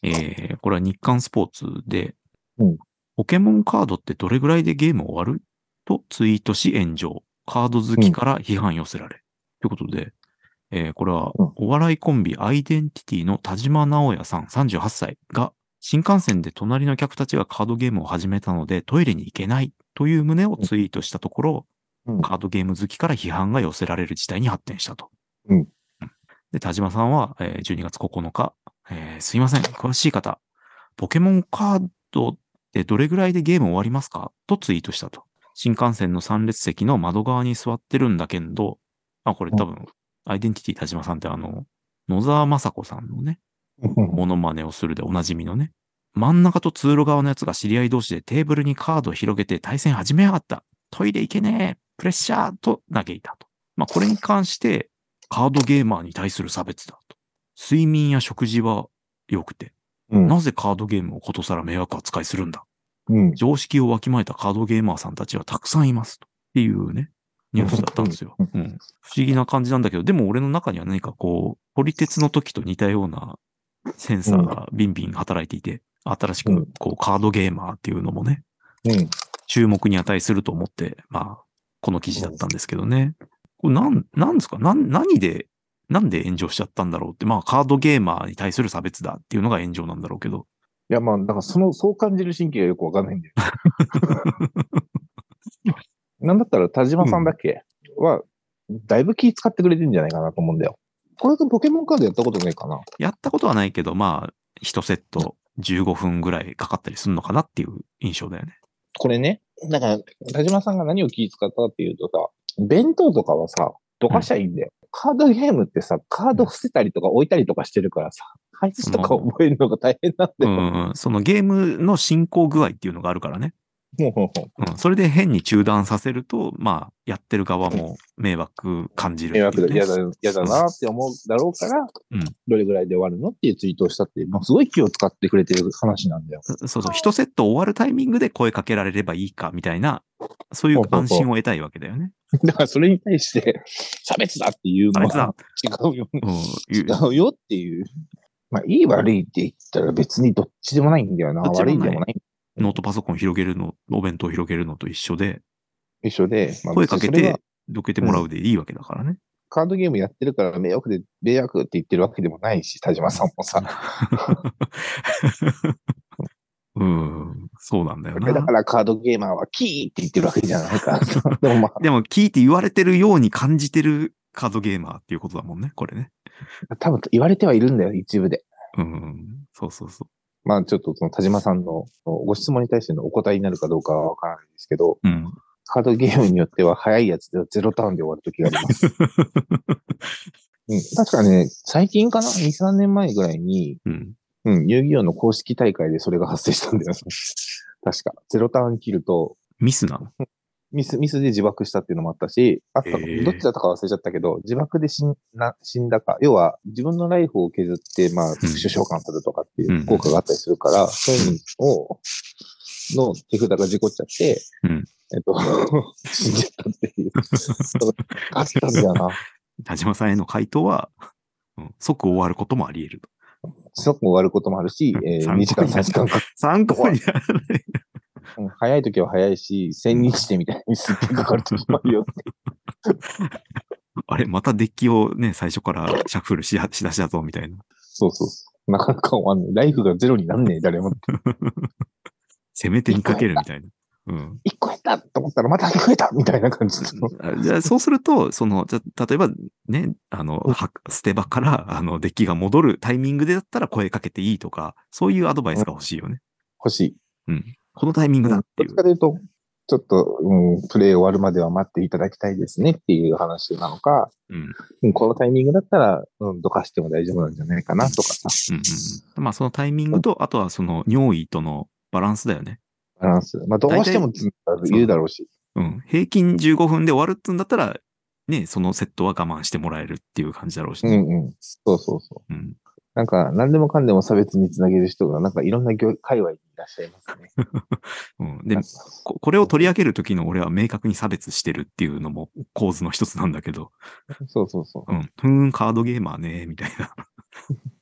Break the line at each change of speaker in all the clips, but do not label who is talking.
これは日刊スポーツで、
うん。
ポケモンカードってどれぐらいでゲーム終わるとツイートし炎上。カード好
うん。
きから批判寄せられ。ということで、これは
うん。
お笑いコンビアイデンティティの田島直也さん38歳が新幹線で隣の客たちがカードゲームを始めたのでトイレに行けないという旨をツイートしたところ、
うん。
カードゲーム好きから批判が寄せられる事態に発展したと。
うん。
で、田島さんは、12月9日、すいません、詳しい方、ポケモンカードってどれぐらいでゲーム終わりますかとツイートしたと。新幹線の3列席の窓側に座ってるんだけど、これ多分、アイデンティティ田島さんって野沢雅子さんのね、モノマネをするでおなじみのね、真ん中と通路側のやつが知り合い同士でテーブルにカードを広げて対戦始めやがった。トイレ行けねえ。プレッシャーと嘆いたと。これに関して、カードゲーマーに対する差別だと。睡眠や食事は良くて、
うん。
なぜカードゲームをことさら迷惑扱いするんだ。
うん。
常識をわきまえたカードゲーマーさんたちはたくさんいますと。っていうね、ニュースだったんですよ。うん。不思議な感じなんだけど、でも俺の中には何かこう、撮り鉄の時と似たようなセンサーがビンビン働いていて、新しくこうカードゲーマーっていうのもね、注目に値すると思って、この記事だったんですけどね。これなんですかなんで炎上しちゃったんだろうって、カードゲーマーに対する差別だっていうのが炎上なんだろうけど。
いや、まあ、だからそう感じる神経がよくわかんないんだよ。なんだったら田島さんだ
うん。
けは、だいぶ気使ってくれてるんじゃないかなと思うんだよ。これとポケモンカードやったことないかな。
やったことはないけど、1セット15分ぐらいかかったりするのかなっていう印象だよね。
これね、だから、田島さんが何を気使ったかっていうとさ、弁当とかはさ、どかし
うん。
ゃいいんだよ。カードゲームってさ、カード
うん。
伏せたりとか置いたりとかしてるからさ、配置とか
その、
覚えるのが大変なんだよ。
そのゲームの進行具合っていうのがあるからね。
ほうほうほう。
うん。それで変に中断させると、やってる側も迷惑感じるっ
迷惑だ、
ていうね。
嫌だ
うん。
なって思うだろうから、
うん。
どれぐらいで終わるのっていうツイートをしたって、もうすごい気を使ってくれてる話なんだよ。
そうそう、一セット終わるタイミングで声かけられればいいか、みたいな、そういう
ほうほうほ
安心を得たいわけだよね。
う。だからそれに対して、差別だっていうのは
差別だ。
違うよ。
うん。
違うよっていう。まあ、いい悪いって言ったら別にどっちでもないんだよな。
どっちでもない。
悪いでもない。うん、
ノートパソコン広げるの、お弁当広げるのと一緒で、
一緒で、まあ
声
別にそれが、
かけて、どけてもらう
うん、
でいいわけだからね。
カードゲームやってるから迷惑って言ってるわけでもないし、田島さんもさ。
うん、そうなんだよな。
だからカードゲーマーはキーって言ってるわけじゃないからさ。でもま
でも聞いて言われてるように感じてるカードゲーマーっていうことだもんね、これね。
あ、多分言われてはいるんだよ、一部で。
うん、そうそうそ
まあちょっとその田島さんのご質問に対してのお答えになるかどうかはわからないですけど、
う。うん。
カードゲームによっては早いやつではゼロターンで終わる時があります。うん、確かね、最近かな ?2、3年前ぐらいに、
うん。
遊戯王の公式大会でそれが発生したんだよね。確か。ゼロターン切ると、
ミスなの？
ミスで自爆したっていうのもあったし、どっち
ええ。
だったか忘れちゃったけど、自爆で死んだか。要は、自分のライフを削って、まあ、
うん。
特殊召喚するとかってい
うん。う
う効果があったりするから、そういうのの手札が事故っちゃって、
ん。
死んじゃったっていう。あったんだよな。
田島さんへの回答は、即終わることもあり得ると。
即終わることもあるし、2時間、
参考になら
3時間か
参考に
終わる。
ならない。
早い時は早いし、千日手みたいにすっげえかかる時もあるよって。
あれ、またデッキをね、最初からシャッフルしだしだぞ、みたいな。
そうそうそう。なかなか終わんない。ライフがゼロになんねえ、誰も。
攻め手にか
一個減った、
けるみたいな。うん。
一個減ったと思ったらまた増えたみたいな感じの。
じゃあ、そうすると、例えばね、捨て場から、デッキが戻るタイミングでだったら声かけていいとか、そういうアドバイスが欲しいよね。
欲しい。
うん。このタイミング
うん。どっ
だっていう。
ちかというと、ちょっと、プレイ終わるまでは待っていただきたいですねっていう話なのか、
うん。
このタイミングだったら、どかしても大丈夫なんじゃないかなとかさ。
うん。うん。そのタイミングと、あとはその尿意とのバランスだよね。
バランス。まあ、ど
大体、
うしても
そうそう。
言うだろうし。
うん。平均15分で終わるってんだったら、ね、そのセットは我慢してもらえるっていう感じだろうしね。
うんうん。そうそうそう。
うん。
なんか、何でもかんでも差別につなげる人が、なんかいろんな界隈にいらっしゃいますね。
うん。で、
なんか、
これを取り上げるときの俺は明確に差別してるっていうのも構図の一つなんだけど、
そうそうそ
うん。カードゲーマーね、みたいな。うん。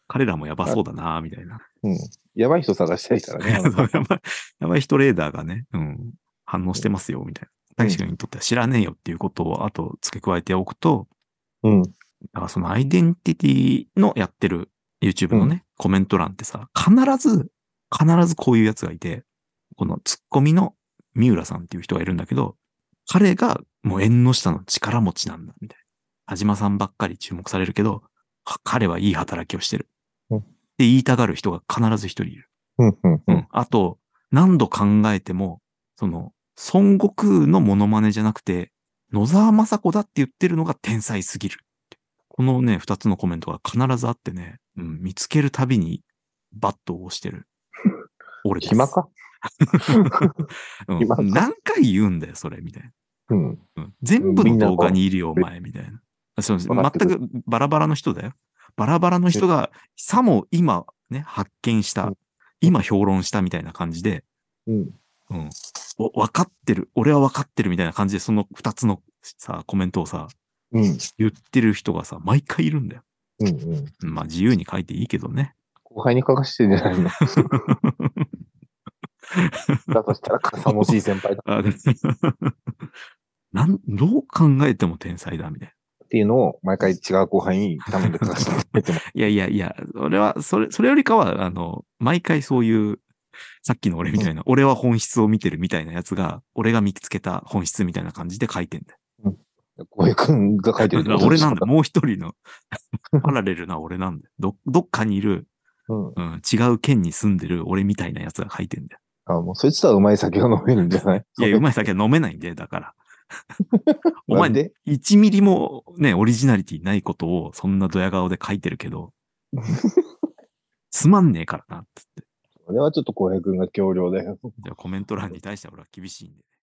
彼らもやばそうだな、みたいな。
うん。やばい人探したいからね、
そうやばい人レーダーがね、反応してますよ、みたいな。大志くんにとっては知らねえよっていうことを後付け加えておくと、
うん。
だからそのアイデンティティのやってる YouTube のね、コメント欄ってさ、必ずこういうやつがいて、このツッコミの三浦さんっていう人がいるんだけど、彼がもう縁の下の力持ちなんだ、みたいな。田島さんばっかり注目されるけど、彼はいい働きをしてる。
うん
って言いたがる人が必ず一人いる。
うん。うん。うん。
あと、何度考えても、その、孫悟空のモノマネじゃなくて、野沢雅子だって言ってるのが天才すぎる。このね、二つのコメントが必ずあってね、見つけるたびにバットを押してる。俺です。
暇か暇か
何回言うんだよ、それ、みたいな。
うん。
全部の動画に
みん
いるよ、お前、みたいな。そうです。全
わかってる
くバラバラの人だよ。バラバラの人が、さも今ね、発見した、今評論したみたいな感じで、
うん。
分かってる。俺は分かってるみたいな感じで、その二つのさ、コメントをさ、
うん。
言ってる人がさ、毎回いるんだよ。
うん。うん。
まあ自由に書いていいけどね。
後輩に書かしてんじゃないのだとしたら、笠もしい先輩だ
あでどう考えても天才だ、みたいな。
っていうのを、毎回違う後輩に頼んで書かせても
いや、俺は、それよりかは、毎回そういう、さっきの俺みたいな、俺は本質を見てるみたいなやつが、俺が見つけた本質みたいな感じで書いてんだよ。
小平くんが書いてるってこと
俺なんだ。もう一人のパラレルな俺なんだよ。どっかにいる、違う県に住んでる俺みたいなやつが書いてんだよ。
もうそいつとはうまい酒が飲めるんじゃない
いや、うまい酒は飲めないんだよ、だから。お前、
なんで
1ミリもね、オリジナリティないことをそんなドヤ顔で書いてるけど、つまんねえからな、つって。
それはちょっと小平くんが強量だよ。
じゃあコメント欄に対しては俺は厳しいんで。